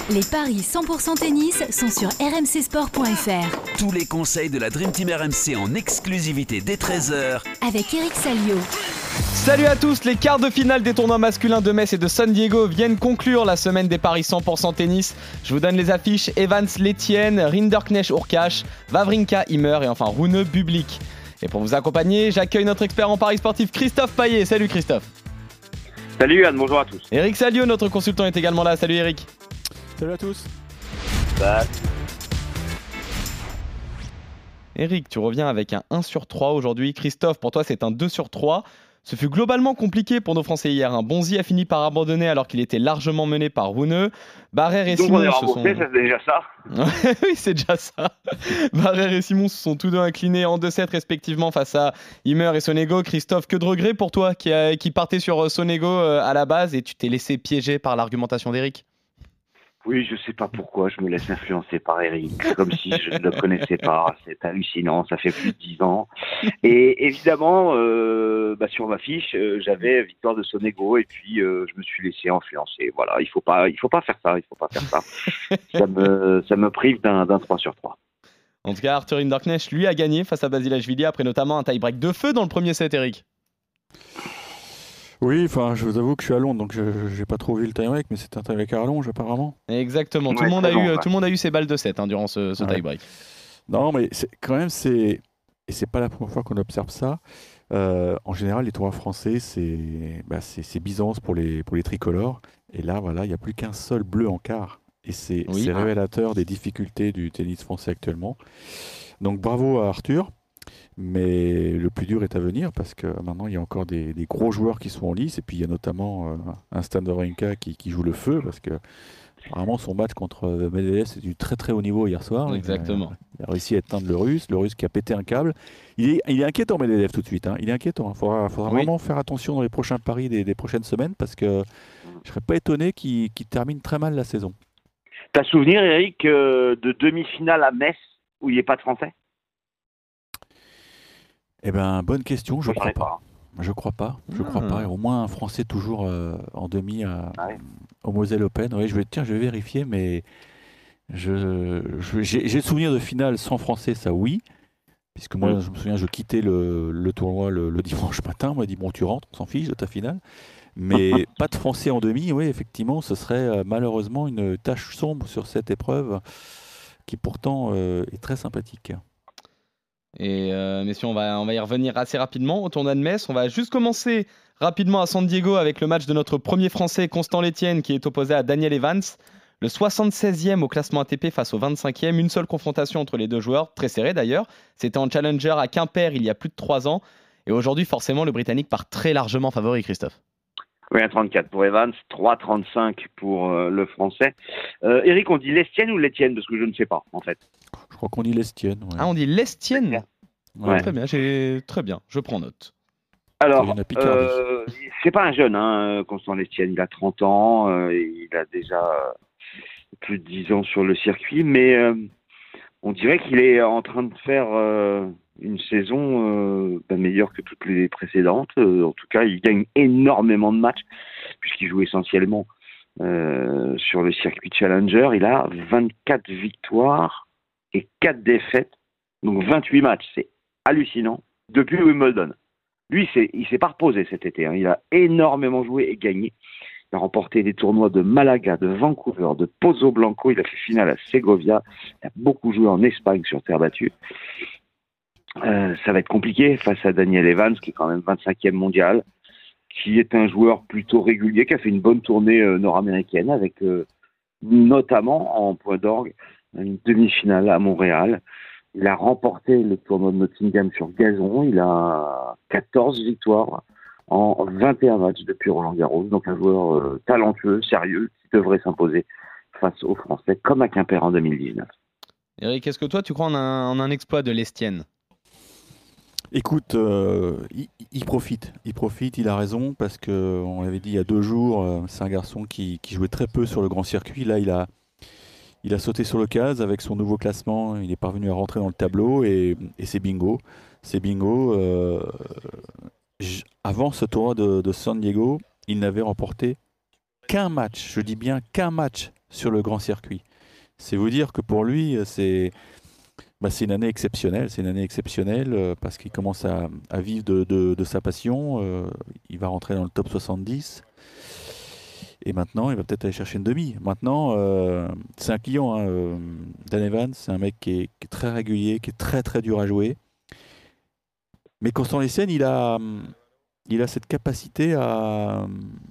Les paris 100% tennis sont sur rmcsport.fr. Tous les conseils de la Dream Team RMC en exclusivité dès 13h Avec Eric Salio. Salut à tous, les quarts de finale des tournois masculins de Metz et de San Diego viennent conclure la semaine des paris 100% tennis. Je vous donne les affiches: Evans, Letienne, Rinderknecht, Hurkacz, Wawrinka, Ymer et enfin Rune, Bublik. Et pour vous accompagner, j'accueille notre expert en paris sportif Christophe Payet. Salut Christophe. Salut Yann, bonjour à tous. Eric Salio, notre consultant, est également là. Salut Eric. Salut à tous. Eric, tu reviens avec un 1 sur 3 aujourd'hui. Christophe, pour toi, c'est un 2 sur 3. Ce fut globalement compliqué pour nos Français hier. Bonzi a fini par abandonner alors qu'il était largement mené par Rune. Barrère et Simon se sont... c'est déjà ça. Oui, c'est déjà ça. Barrère et Simon se sont tous deux inclinés en 2-7 respectivement face à Ymer et Sonego. Christophe, que de regrets pour toi qui partait sur Sonego à la base et tu t'es laissé piéger par l'argumentation d'Eric? Oui, je sais pas pourquoi je me laisse influencer par Eric, comme si je ne le connaissais pas. C'est hallucinant, ça fait plus de 10 ans. Et évidemment, sur ma fiche, j'avais victoire de Sonego et puis je me suis laissé influencer. Voilà, il faut pas faire ça, ça me prive d'un 3 sur 3. En tout cas, Arthur Rinderknecht, lui, a gagné face à Basilashvili après notamment un tie-break de feu dans le premier set, Eric. Oui, enfin, je vous avoue que je suis à Londres, donc je n'ai pas trop vu le tie-break, mais c'était un tie-break à rallonge apparemment. Exactement, Ouais, tout le monde a eu ses balles de 7 durant ce tie-break. Non, mais et c'est pas la première fois qu'on observe ça. En général, les tournois français, c'est Byzance pour les tricolores. Et là, voilà, il n'y a plus qu'un seul bleu en quart. Et c'est révélateur des difficultés du tennis français actuellement. Donc bravo à Arthur. Mais le plus dur est à venir parce que maintenant il y a encore des gros joueurs qui sont en lice et puis il y a notamment un Stan Wawrinka qui joue le feu parce que apparemment son match contre Medvedev c'est du très très haut niveau hier soir. Exactement. Il a réussi à éteindre le russe qui a pété un câble. Il est inquiétant Medvedev tout de suite. Il est inquiétant. Il faudra vraiment faire attention dans les prochains paris des prochaines semaines parce que je serais pas étonné qu'il termine très mal la saison. T'as souvenir, Eric, de demi-finale à Metz où il n'y ait pas de Français? Eh ben, bonne question, je crois pas. Je crois pas. Et au moins un Français toujours en demi au Moselle Open. Oui, je vais vérifier, mais j'ai le souvenir de finale sans Français, ça oui. Puisque moi, je me souviens, je quittais le tournoi le dimanche matin. On m'a dit, bon, tu rentres, on s'en fiche de ta finale. Mais pas de Français en demi, oui, effectivement, ce serait malheureusement une tache sombre sur cette épreuve qui pourtant est très sympathique. Et messieurs, on va y revenir assez rapidement au tournoi de Metz. On va juste commencer rapidement à San Diego avec le match de notre premier Français, Constant Letienne, qui est opposé à Daniel Evans. Le 76e au classement ATP face au 25e. Une seule confrontation entre les deux joueurs, très serrée d'ailleurs. C'était en Challenger à Quimper il y a plus de 3 ans. Et aujourd'hui, forcément, le Britannique part très largement favori, Christophe. Oui, 1,34 pour Evans, 3,35 pour le Français. Eric, on dit Lestienne ou Letienne? Parce que je ne sais pas, en fait. Je crois qu'on dit Lestienne. Ouais. Ah, on dit Lestienne. Ouais. Très bien, je prends note. Alors, c'est pas un jeune, Constant Lestienne. Il a 30 ans, il a déjà plus de 10 ans sur le circuit, mais on dirait qu'il est en train de faire une saison meilleure que toutes les précédentes. En tout cas, il gagne énormément de matchs, puisqu'il joue essentiellement sur le circuit Challenger. Il a 24 victoires et 4 défaites, donc 28 matchs. C'est hallucinant. Depuis Wimbledon. Lui, il s'est pas reposé cet été. Il a énormément joué et gagné. Il a remporté des tournois de Malaga, de Vancouver, de Pozo Blanco. Il a fait finale à Segovia. Il a beaucoup joué en Espagne sur terre battue. Ça va être compliqué face à Daniel Evans, qui est quand même 25e mondial, qui est un joueur plutôt régulier, qui a fait une bonne tournée nord-américaine avec notamment en point d'orgue une demi-finale à Montréal. Il a remporté le tournoi de Nottingham sur gazon. Il a 14 victoires en 21 matchs depuis Roland-Garros. Donc un joueur talentueux, sérieux, qui devrait s'imposer face aux Français, comme à Quimper en 2019. Eric, est-ce que toi, tu crois en un exploit de Lestienne? Écoute, il profite, il a raison, parce qu'on l'avait dit il y a 2 jours, c'est un garçon qui jouait très peu sur le grand circuit. Là, il a sauté sur l'occasion avec son nouveau classement, il est parvenu à rentrer dans le tableau et c'est bingo. Avant ce tournoi de San Diego, il n'avait remporté qu'un match, je dis bien qu'un match sur le grand circuit. C'est vous dire que pour lui, c'est une année exceptionnelle. C'est une année exceptionnelle parce qu'il commence à vivre de sa passion. Il va rentrer dans le top 70. Et maintenant, il va peut-être aller chercher une demi. Maintenant, c'est un client, hein, Dan Evans. C'est un mec qui est très régulier, qui est très très dur à jouer. Mais Constant Lestienne, il a cette capacité à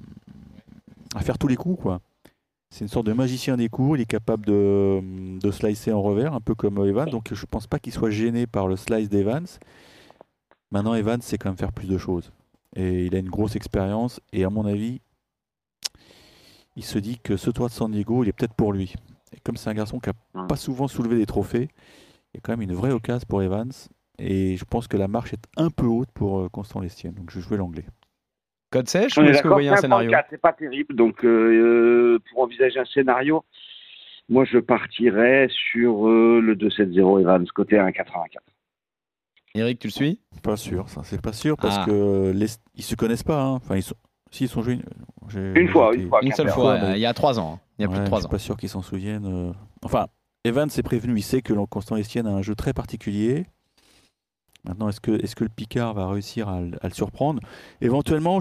faire tous les coups, quoi. C'est une sorte de magicien des coups. Il est capable de slicer en revers, un peu comme Evans. Donc je ne pense pas qu'il soit gêné par le slice d'Evans. Maintenant, Evans sait quand même faire plus de choses. Et il a une grosse expérience. Et à mon avis, il se dit que ce tour de San Diego, il est peut-être pour lui. Et comme c'est un garçon qui n'a pas souvent soulevé des trophées, il y a quand même une vraie occasion pour Evans. Et je pense que la marche est un peu haute pour Constant Lestienne. Donc je vais jouer l'anglais. Code sèche ou est-ce que vous voyez un scénario? C'est pas terrible. Donc pour envisager un scénario, moi je partirais sur le 2-7-0 Evans, côté 1,84. Eric, tu le suis? Pas sûr, ça c'est pas sûr parce que ils se connaissent pas. Hein. Enfin, ils sont joués une fois, une seule fois, il y a 3 ans. Il y a plus de 3 ans. Je suis pas sûr qu'ils s'en souviennent. Enfin, Evans est prévenu, il sait que Constant Lestienne a un jeu très particulier. Maintenant, est-ce que le Picard va réussir à le surprendre? Éventuellement,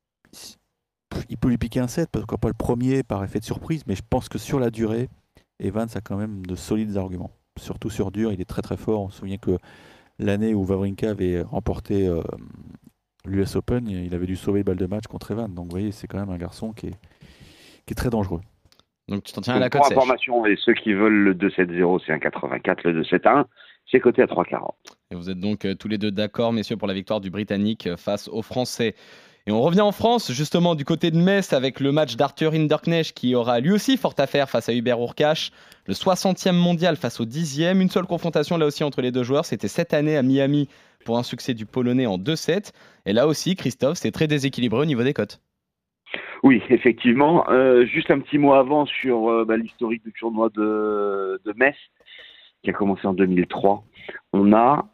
il peut lui piquer un set, parce qu'on pas le premier par effet de surprise, mais je pense que sur la durée, Evans a quand même de solides arguments. Surtout sur dur, il est très très fort. On se souvient que l'année où Wawrinka avait remporté l'US Open, il avait dû sauver le balle de match contre Evans. Donc vous voyez, c'est quand même un garçon qui est très dangereux. Donc tu t'en tiens à la cote sèche. Pour information, et ceux qui veulent le 2-7-0, c'est 1,84, le 2-7-1, c'est coté à 3,40. Et vous êtes donc tous les deux d'accord, messieurs, pour la victoire du Britannique face aux Français. Et on revient en France, justement, du côté de Metz, avec le match d'Arthur Hinderknecht qui aura lui aussi fort à faire face à Hubert Hurkacz. Le 60e mondial face au 10e. Une seule confrontation là aussi entre les deux joueurs. C'était cette année à Miami pour un succès du Polonais en 2-7. Et là aussi, Christophe, c'est très déséquilibré au niveau des cotes. Oui, effectivement. Juste un petit mot avant sur l'historique du tournoi de Metz, qui a commencé en 2003. On a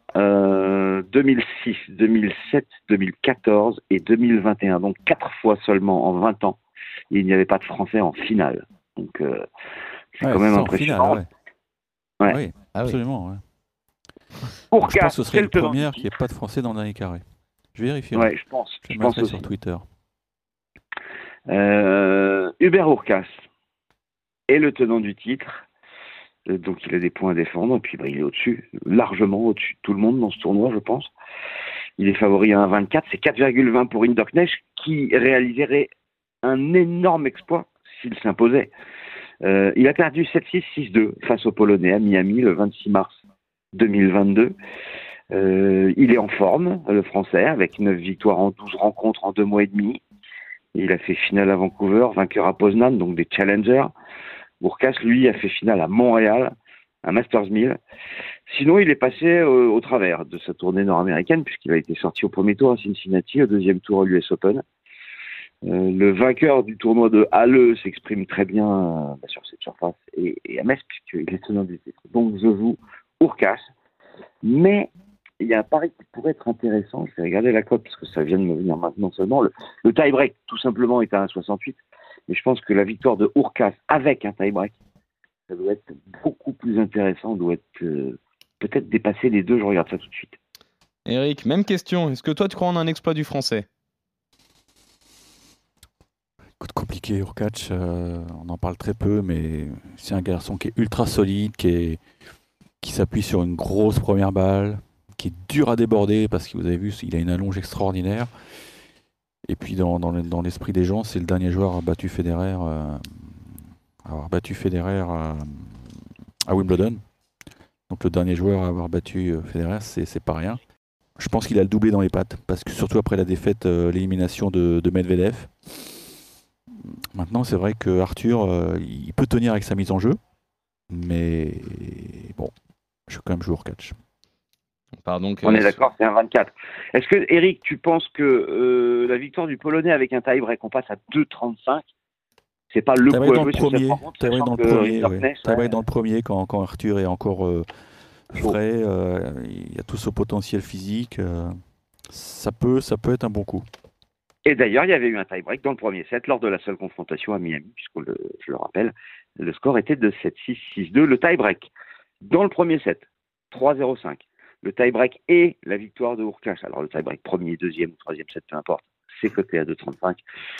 2006, 2007, 2014 et 2021. Donc 4 fois seulement en 20 ans, il n'y avait pas de Français en finale. Donc c'est quand même impressionnant. Finale, oui, absolument. Ouais. Pour je pense que ce serait une première qu'il n'y ait pas de Français dans le dernier carré. Je vérifie. Ouais, je pense. Je pense aussi sur Twitter. Hubert Hurkacz est le tenant du titre. Donc il a des points à défendre, et puis il est au-dessus, largement au-dessus de tout le monde dans ce tournoi, je pense. Il est favori à 1,24, c'est 4,20 pour Hinderknecht, qui réaliserait un énorme exploit s'il s'imposait. Il a perdu 7-6, 6-2 face aux Polonais à Miami le 26 mars 2022. Il est en forme, le Français, avec 9 victoires en 12 rencontres en 2 mois et demi. Il a fait finale à Vancouver, vainqueur à Poznan, donc des challengers. Hurkacz, lui, a fait finale à Montréal, à Masters 1000. Sinon, il est passé au travers de sa tournée nord-américaine, puisqu'il a été sorti au premier tour à Cincinnati, au deuxième tour à l'US Open. Le vainqueur du tournoi de Halle s'exprime très bien sur cette surface et à Metz, puisqu'il est tenant du titre. Donc, je joue Hurkacz. Mais il y a un pari qui pourrait être intéressant. Je vais regarder la cote, parce que ça vient de me venir maintenant seulement. Le tie-break, tout simplement, est à 1,68. Mais je pense que la victoire de Hurkacz avec un tie-break, ça doit être beaucoup plus intéressant, doit être peut-être dépasser les deux. Je regarde ça tout de suite. Eric, même question. Est-ce que toi, tu crois en un exploit du Français? Écoute, compliqué, Hurkacz. On en parle très peu, mais c'est un garçon qui est ultra solide, qui s'appuie sur une grosse première balle, qui est dur à déborder, parce que vous avez vu, il a une allonge extraordinaire. Et puis dans l'esprit des gens, c'est le dernier joueur à avoir battu Federer à Wimbledon. Donc le dernier joueur à avoir battu Federer, c'est pas rien. Je pense qu'il a le doublé dans les pattes, parce que surtout après la défaite, l'élimination de Medvedev. Maintenant, c'est vrai que Arthur, il peut tenir avec sa mise en jeu, mais bon, je vais quand même jouer Hurkacz. On est d'accord, c'est un 24. Est-ce que, Eric, tu penses que la victoire du Polonais avec un tie-break, on passe à 2,35, c'est pas le coup à jouer sur cette rencontre? Tie-break dans le premier, quand Arthur est encore frais, il y a tout ce potentiel physique, ça peut être un bon coup. Et d'ailleurs, il y avait eu un tie-break dans le premier set lors de la seule confrontation à Miami, puisque je le rappelle, Le score était de 7-6, 6-2. Le tie-break dans le premier set, 3-0-5. Le tie-break et la victoire de Hurkacz. Alors le tie-break premier, deuxième ou troisième set, peu importe. C'est coté à 2,35.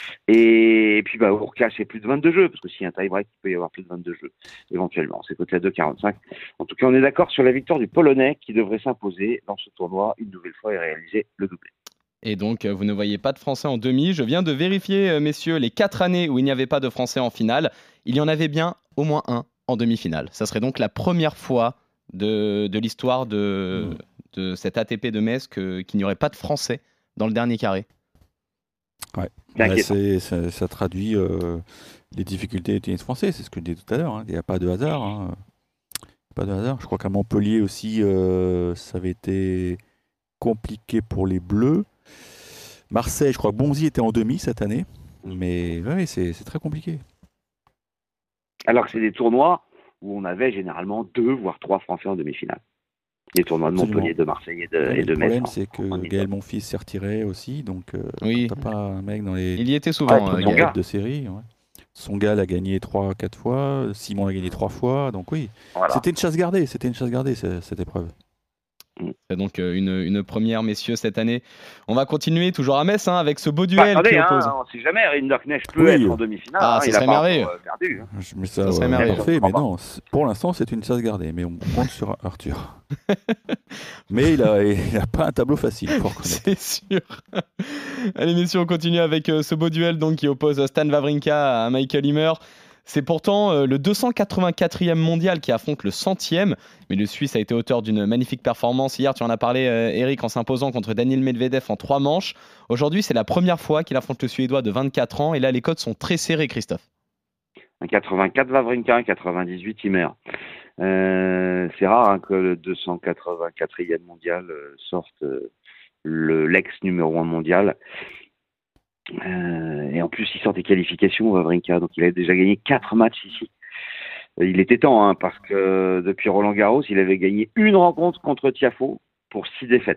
Et puis Hurkacz, c'est plus de 22 jeux, parce que s'il y a un tie-break, il peut y avoir plus de 22 jeux, éventuellement. C'est coté à 2,45. En tout cas, on est d'accord sur la victoire du Polonais qui devrait s'imposer dans ce tournoi une nouvelle fois et réaliser le doublé. Et donc, vous ne voyez pas de Français en demi. Je viens de vérifier, messieurs, les 4 années où il n'y avait pas de Français en finale. Il y en avait bien au moins un en demi-finale. Ça serait donc la première fois de l'histoire de cette ATP de Metz qu'il n'y aurait pas de Français dans le dernier carré. Ouais. Ça traduit les difficultés du tennis français, c'est ce que je disais tout à l'heure. Hein. Il n'y a pas de hasard. Hein. Pas de hasard. Je crois qu'à Montpellier aussi, ça avait été compliqué pour les Bleus. Marseille, je crois que Bonzi était en demi cette année. Mais oui, c'est très compliqué. Alors que c'est des tournois où on avait généralement 2 voire 3 Français en demi-finale. Les tournois de Montpellier, de Marseille et de Metz. Le problème, c'est que Gaël Monfils s'est retiré aussi. Donc, t'as pas un mec dans les. Il y était souvent, Gaël de série. Ouais. Songal a gagné 3-4 fois. Simon a gagné 3 fois. Donc, oui. Voilà. C'était une chasse gardée. Cette épreuve. C'est donc une première, messieurs, cette année. On va continuer toujours à Metz avec ce beau duel qui oppose. On ne sait jamais, Rinderknecht peut être en demi-finale. Ça serait merveilleux. Perdu. Mais ça serait parfait, mais non. Pour l'instant, c'est une chasse gardée, mais on compte sur Arthur. Mais il a pas un tableau facile, pour reconnaître. C'est sûr. Allez, messieurs, on continue avec ce beau duel donc, qui oppose Stan Wawrinka à Michael Himmer. C'est pourtant le 284e mondial qui affronte le 100e, mais le Suisse a été auteur d'une magnifique performance. Hier, tu en as parlé, Eric, en s'imposant contre Daniil Medvedev en 3 manches. Aujourd'hui, c'est la première fois qu'il affronte le Suédois de 24 ans, et là, les cotes sont très serrées, Christophe. Un 84 Wawrinka, un 98 Himmer. C'est rare que le 284e mondial sorte l'ex numéro 1 mondial. Et en plus, il sort des qualifications, Wawrinka, donc il a déjà gagné 4 matchs ici. Il était temps, parce que depuis Roland Garros, il avait gagné une rencontre contre Tiafoe pour 6 défaites.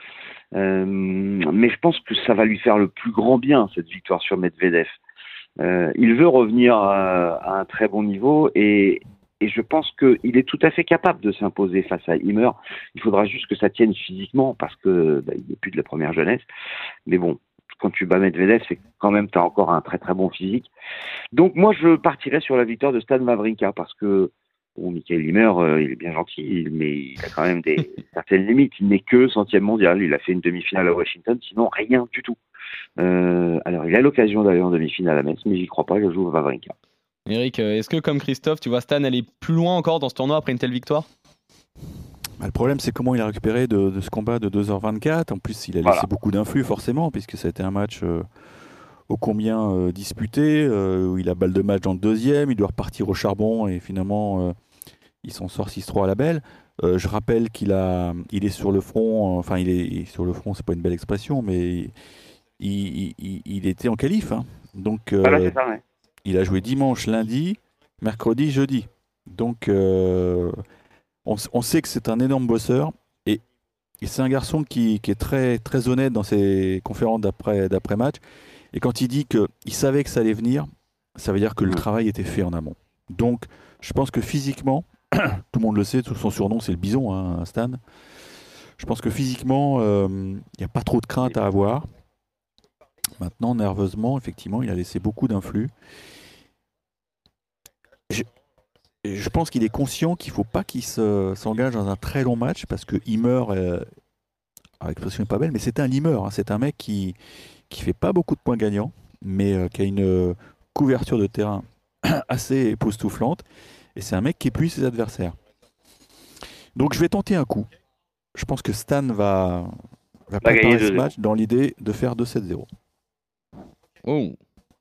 Mais je pense que ça va lui faire le plus grand bien, cette victoire sur Medvedev. Il veut revenir à un très bon niveau et je pense qu'il est tout à fait capable de s'imposer face à Himmer. Il faudra juste que ça tienne physiquement parce que il n'est plus de la première jeunesse. Mais bon, quand tu bats Medvedev, c'est quand même tu as encore un très très bon physique. Donc moi je partirais sur la victoire de Stan Wawrinka parce que Michael Himmer, il est bien gentil, mais il a quand même certaines limites. Il n'est que 100e mondial. Il a fait une demi-finale à Washington, sinon rien du tout. Alors il a l'occasion d'aller en demi-finale à Metz, mais j'y crois pas, je joue Wawrinka. Eric, est-ce que comme Christophe, tu vois Stan aller plus loin encore dans ce tournoi après une telle victoire ? Le problème, c'est comment il a récupéré de ce combat de 2h24. En plus, il a laissé beaucoup d'influx, forcément, puisque ça a été un match ô combien disputé, où il a balle de match dans le deuxième, il doit repartir au charbon, et finalement, il s'en sort 6-3 à la belle. Je rappelle qu'il est sur le front, enfin, il est sur le front, c'est pas une belle expression, mais il était en qualif. Donc, c'est ça, ouais. Il a joué dimanche, lundi, mercredi, jeudi. Donc, on sait que c'est un énorme bosseur et c'est un garçon qui est très, très honnête dans ses conférences d'après-match. Et quand il dit qu'il savait que ça allait venir, ça veut dire que le travail était fait en amont. Donc, je pense que physiquement, tout le monde le sait, son surnom c'est le bison, Stan. Je pense que physiquement, il n'y a pas trop de crainte à avoir. Maintenant, nerveusement, effectivement, il a laissé beaucoup d'influx. Je pense qu'il est conscient qu'il ne faut pas qu'il s'engage dans un très long match parce que Himmer, l'expression n'est pas belle, mais c'est un Himmer. C'est un mec qui ne fait pas beaucoup de points gagnants, mais qui a une couverture de terrain assez époustouflante. Et c'est un mec qui épuise ses adversaires. Donc je vais tenter un coup. Je pense que Stan va préparer ce match dans l'idée de faire 2-7-0. Oh.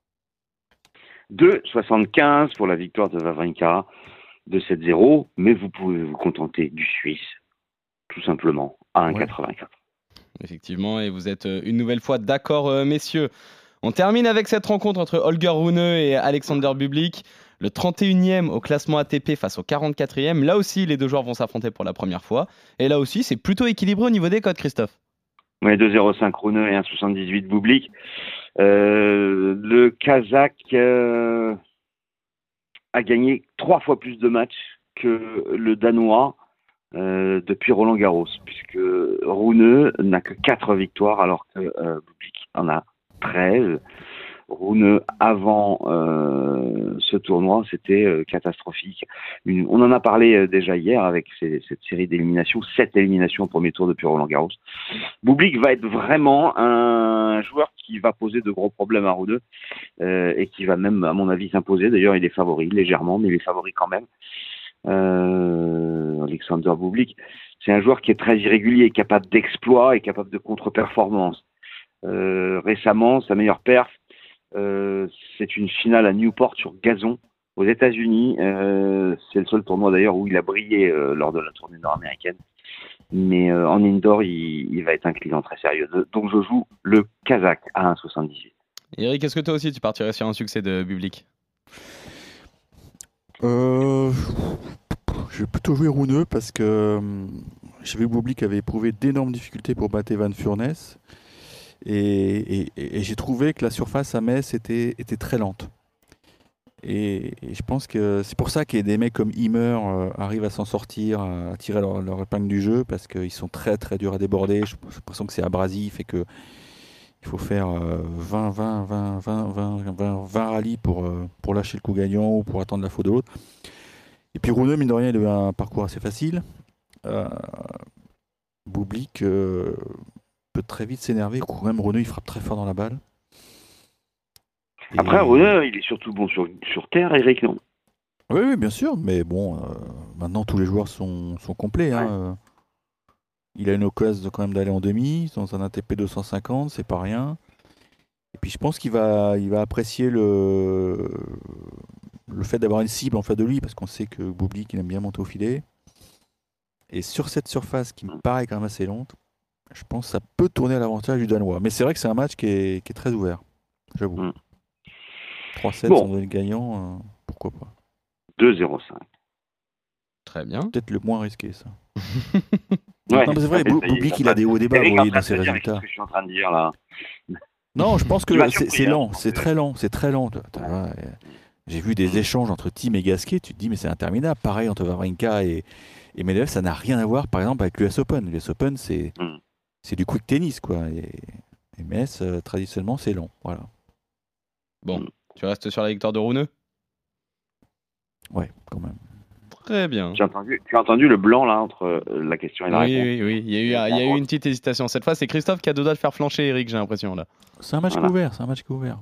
2,75 pour la victoire de Wawrinka, 2-7-0, mais vous pouvez vous contenter du Suisse, tout simplement, à 1,84. Effectivement, et vous êtes une nouvelle fois d'accord, messieurs. On termine avec cette rencontre entre Holger Rune et Alexander Bublik, le 31e au classement ATP face au 44e. Là aussi, les deux joueurs vont s'affronter pour la première fois. Et là aussi, c'est plutôt équilibré au niveau des codes, Christophe. Oui, 2,05 Rune et 1,78 Bublik. Le Kazakh a gagné 3 fois plus de matchs que le Danois depuis Roland-Garros, puisque Rune n'a que 4 victoires alors que Bublik en a 13. Rune, avant ce tournoi, c'était catastrophique. On en a parlé déjà hier avec cette série d'éliminations, 7 éliminations au premier tour depuis Roland-Garros. Bublik va être vraiment un joueur qui va poser de gros problèmes à Rune et qui va même, à mon avis, s'imposer. D'ailleurs, il est favori, légèrement, mais il est favori quand même. Alexander Bublik, c'est un joueur qui est très irrégulier, capable d'exploits et capable de contre-performance. Récemment, sa meilleure perf, c'est une finale à Newport sur gazon aux États-Unis. C'est le seul tournoi d'ailleurs où il a brillé lors de la tournée nord-américaine. Mais en indoor, il va être un client très sérieux. Donc je joue le Kazakh à 1,78. Eric, est-ce que toi aussi tu partirais sur un succès de Bublik? Je vais plutôt jouer Rune parce que j'ai vu que Bublik avait éprouvé d'énormes difficultés pour battre Evan Furness. Et j'ai trouvé que la surface à Metz était très lente. Et je pense que c'est pour ça que des mecs comme Ymer arrivent à s'en sortir, à tirer leur épingle du jeu, parce qu'ils sont très très durs à déborder. J'ai l'impression que c'est abrasif et qu'il faut faire 20 rallyes pour lâcher le coup gagnant ou pour attendre la faute de l'autre. Et puis Rune, mine de rien, il a eu un parcours assez facile. Bublik peut très vite s'énerver. Quand même, Rune, il frappe très fort dans la balle. Après, Rune, il est surtout bon sur terre, Eric, non? Oui, bien sûr. Mais bon, maintenant, tous les joueurs sont complets. Ouais. Hein. Il a une occasion quand même d'aller en demi, dans un ATP 250, c'est pas rien. Et puis, je pense qu'il va apprécier le fait d'avoir une cible en face de lui, parce qu'on sait que Bublik, il aime bien monter au filet. Et sur cette surface qui me paraît quand même assez lente, je pense que ça peut tourner à l'avantage du Danois. Mais c'est vrai que c'est un match qui est très ouvert, j'avoue. 3-7 sans donner le gagnant, pourquoi pas. 2-0-5. Très bien. Peut-être le moins risqué, ça. Ouais, non, mais c'est vrai, Bublik, il a des hauts et des bas, vous voyez, dans ses résultats. Ce que je suis en train de dire là. Non, je pense que c'est lent, hein. c'est très lent. J'ai vu des échanges entre Thiem et Gasquet, tu te dis, mais c'est interminable. Pareil entre Wawrinka et Medvedev, ça n'a rien à voir, par exemple, avec l'US Open. L'US Open, c'est du quick tennis, quoi. Et Metz, traditionnellement, c'est long. Voilà. Bon, tu restes sur la victoire de Rune? Ouais, quand même. Très bien. Tu as entendu le blanc là entre la question et la réponse? Oui. Il y a eu une petite hésitation. Cette fois, c'est Christophe qui a deux doigts de faire flancher Eric, j'ai l'impression là. C'est un match couvert, c'est un match couvert.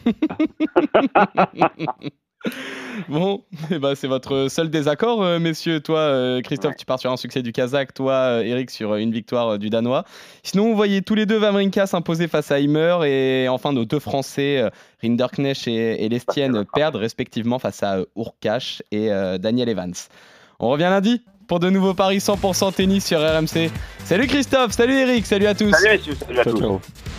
Bon, c'est votre seul désaccord, messieurs. Toi, Christophe, tu pars sur un succès du Kazakh. Toi, Eric, sur une victoire du Danois. Sinon, vous voyez tous les deux Wawrinka s'imposer face à Ymer. Et enfin, nos deux Français, Rinderknecht et Lestienne, perdent respectivement face à Hurkacz et Daniel Evans. On revient lundi pour de nouveaux paris 100% tennis sur RMC. Salut Christophe, salut Eric, salut à tous. Salut messieurs, salut à tous. Ciao.